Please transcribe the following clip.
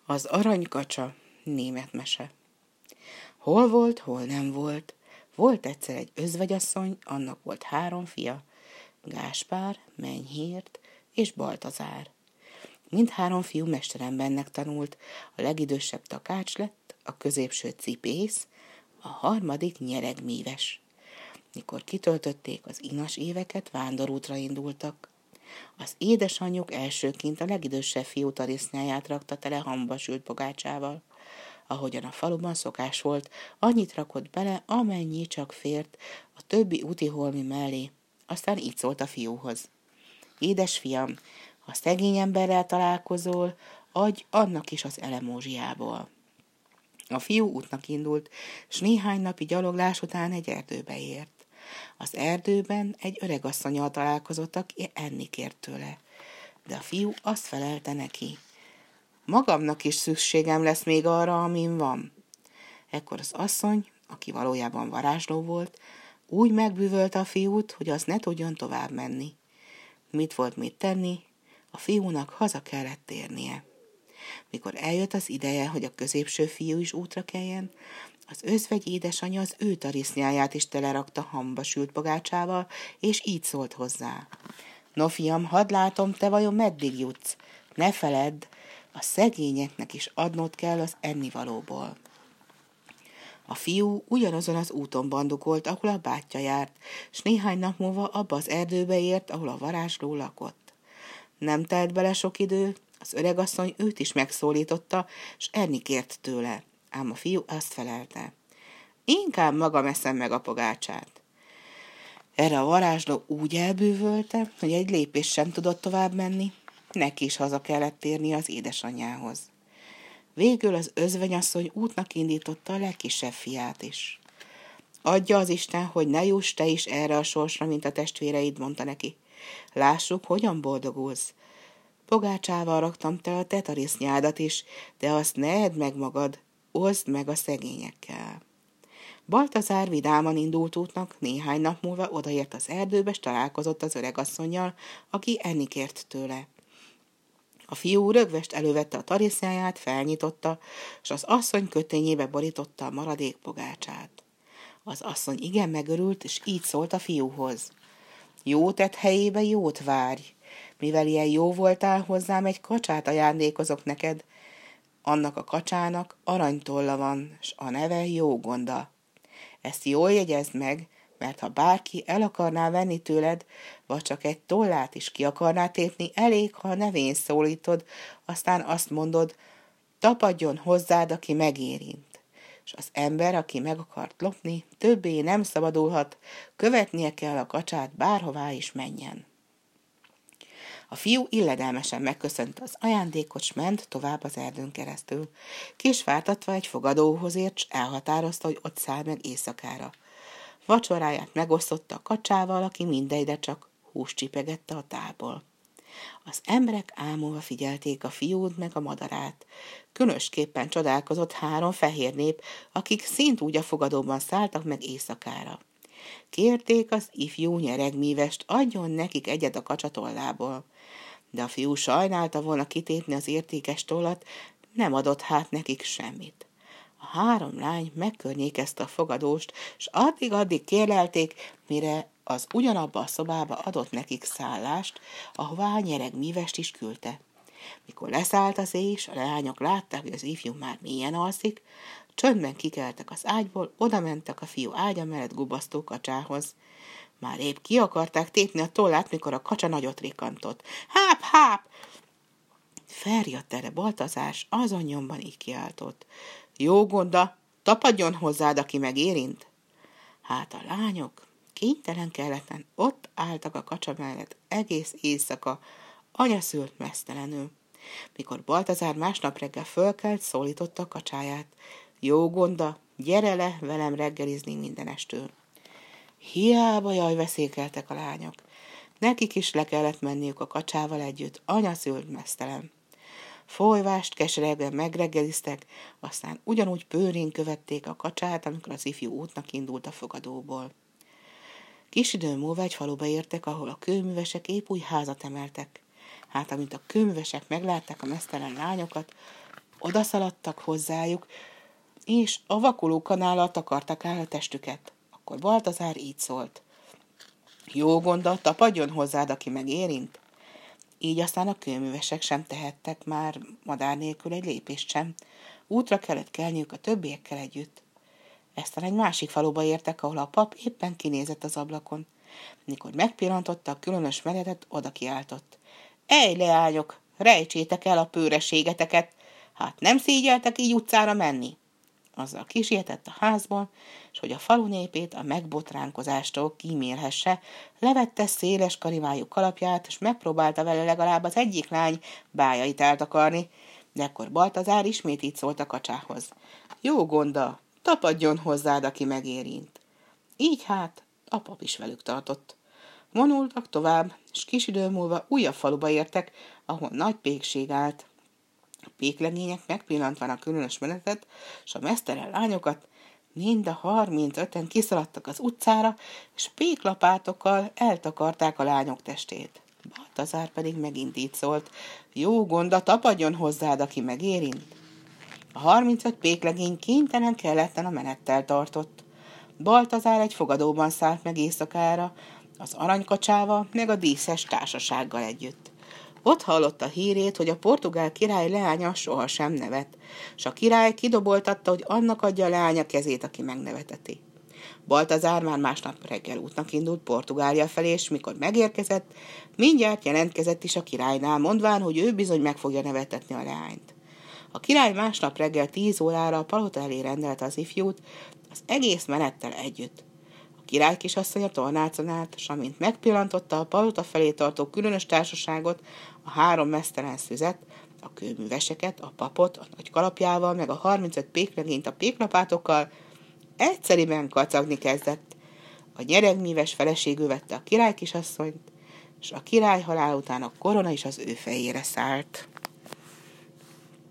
Az aranykacsa, német mese. Hol volt, hol nem volt. Volt egyszer egy özvegyasszony, annak volt 3 fia, Gáspár, Menyhért és Baltazár. Mindhárom fiú mesterembernek tanult, a legidősebb Takács lett, a középső Cipész, a harmadik Nyeregmíves. Mikor kitöltötték az inas éveket, vándorútra indultak. Az édesanyjuk elsőként a legidősebb fiú tarisznyáját rakta tele hambasült pogácsával. Ahogyan a faluban szokás volt, annyit rakott bele, amennyi csak fért a többi útiholmi mellé. Aztán így szólt a fiúhoz. Édes fiam, ha szegény emberrel találkozol, adj annak is az elemózsiából. A fiú útnak indult, s néhány napi gyaloglás után egy erdőbe ért. Az erdőben egy öregasszonnyal találkozott, aki enni kért tőle. De a fiú azt felelte neki. Magamnak is szükségem lesz még arra, amin van. Ekkor az asszony, aki valójában varázsló volt, úgy megbűvölte a fiút, hogy az ne tudjon tovább menni. Mit volt mit tenni? A fiúnak haza kellett térnie. Mikor eljött az ideje, hogy a középső fiú is útra keljen, az özvegy édesanyja az ő tarisznyáját is telerakta hambasült pogácsával, és így szólt hozzá. No, fiam, hadd látom, te vajon meddig jutsz? Ne feledd, a szegényeknek is adnod kell az ennivalóból. A fiú ugyanazon az úton bandukolt, ahol a bátyja járt, s néhány nap múlva abba az erdőbe ért, ahol a varázsló lakott. Nem telt bele sok idő, az öregasszony őt is megszólította, s enni kért tőle, ám a fiú azt felelte. Inkább magam eszem meg a pogácsát. Erre a varázsló úgy elbűvölte, hogy egy lépés sem tudott tovább menni, neki is haza kellett térni az édesanyjához. Végül az özvegyasszony útnak indította a legkisebb fiát is. Adja az Isten, hogy ne juss te is erre a sorsra, mint a testvéreid, mondta neki. Lássuk, hogyan boldogulsz. Pogácsával raktam te a te tarisznyádat is, de azt ne edd meg magad, oszd meg a szegényekkel. Baltazár vidáman indult útnak, néhány nap múlva odaért az erdőbe, s találkozott az öregasszonnyal, aki enni kért tőle. A fiú rögvest elővette a tarisznyáját, felnyitotta, s az asszony kötényébe borította a maradék pogácsát. Az asszony igen megörült, és így szólt a fiúhoz. Jó tett helyébe jót várj, mivel ilyen jó voltál hozzám, egy kacsát ajándékozok neked. Annak a kacsának aranytolla van, s a neve Jógonda. Ezt jól jegyezd meg, mert ha bárki el akarná venni tőled, vagy csak egy tollát is ki akarná tépni, elég, ha a nevén szólítod, aztán azt mondod, tapadjon hozzád, aki megérint. És az ember, aki meg akart lopni, többé nem szabadulhat, követnie kell a kacsát, bárhová is menjen. A fiú illedelmesen megköszönte az ajándékot, s ment tovább az erdőn keresztül. Kisvártatva egy fogadóhoz ért, s elhatározta, hogy ott száll meg éjszakára. Vacsoráját megosztotta a kacsával, aki mindegyre csak húst csipegette a tálból. Az emberek ámulva figyelték a fiút meg a madarát. Különösképpen csodálkozott 3 fehér nép, akik szint úgy a fogadóban szálltak meg éjszakára. Kérték az ifjú Nyeregmívest, adjon nekik egyet a kacsatollából. De a fiú sajnálta volna kitépni az értékes tollat, nem adott hát nekik semmit. A 3 lány megkörnyékezte a fogadóst, s addig-addig kérlelték, mire az ugyanabba a szobába adott nekik szállást, ahová a Nyeregmívest is küldte. Mikor leszállt az éj, s a lányok látták, hogy az ifjú már mélyen alszik, csöndben kikeltek az ágyból, odamentek a fiú ágya mellett gubasztó kacsához. Már épp ki akarták tépni a tollát, mikor a kacsa nagyot rikkantott. Háp, háp! Felriadt erre Baltazár, s azon nyomban így kiáltott. Jógonda, tapadjon hozzád, aki megérint! Hát a lányok kénytelen kelletlen ott álltak a kacsa mellett egész éjszaka, anya szült meztelenül. Mikor Baltazár másnap reggel fölkelt, szólította a kacsáját. Jógonda, gyere le velem reggelizni mindenestől. Hiába jajveszékeltek a lányok. Nekik is le kellett menniük a kacsával együtt, anya szült meztelen. Folyvást keseregben megreggeliztek, aztán ugyanúgy pőrén követték a kacsát, amikor az ifjú útnak indult a fogadóból. Kis idő múlva egy faluba értek, ahol a kőművesek épp új házat emeltek. Hát, amint a kőművesek meglátták a meztelen lányokat, Odaszaladtak hozzájuk, és a vakuló kanállal takartak el a testüket. Akkor Baltazár így szólt: jó gondol, tapadjon hozzád, aki megérint. Így aztán a kőművesek sem tehettek már madár nélkül egy lépést sem. Útra kellett kelniük a többiekkel együtt. Eztán egy másik faluba értek, ahol a pap éppen kinézett az ablakon. Mikor megpillantotta a különös meretet, oda kiáltott: ej, leányok, rejtsétek el a pőreségeteket, hát nem szégyeltek így utcára menni. Azzal kisietett a házból, és hogy a falu népét a megbotránkozástól kímélhesse, levette széles karimájú kalapját, és megpróbálta vele legalább az egyik lány bájait eltakarni, de ekkor Baltazár ismét így szólt a kacsához: jó gonda, tapadjon hozzád, aki megérint. Így hát a pap is velük tartott. Vonultak tovább, és kis idő múlva újabb faluba értek, ahol nagy pékség állt. A péklegények megpillantva a különös menetet, s a mesztelen lányokat, mind a 35-en kiszaladtak az utcára, és péklapátokkal eltakarták a lányok testét. Baltazár pedig megint így szólt: jó gonda, tapadjon hozzád, aki megérint. A 35 péklegény kénytelen kelletten a menettel tartott. Baltazár egy fogadóban szállt meg éjszakára, az aranykacsával, meg a díszes társasággal együtt. Ott hallotta hírét, hogy a portugál király leánya sohasem nevet, s a király kidoboltatta, hogy annak adja a leánya kezét, aki megneveteti. Baltazár már másnap reggel útnak indult Portugália felé, és mikor megérkezett, mindjárt jelentkezett is a királynál, mondván, hogy ő bizony meg fogja nevetetni a leányt. A király másnap reggel 10 órára a palota elé rendelte az ifjút, az egész menettel együtt. A király kisasszony a tornácon állt, s amint megpillantotta a palota felé tartó különös társaságot, a 3 meztelen szüzet, a kőműveseket, a papot, a nagy kalapjával, meg a 35 péklegényt a péklapátokkal, egyszeriben kacagni kezdett. A nyeregmíves feleségül vette a király kisasszonyt, és a király halál után a korona is az ő fejére szállt.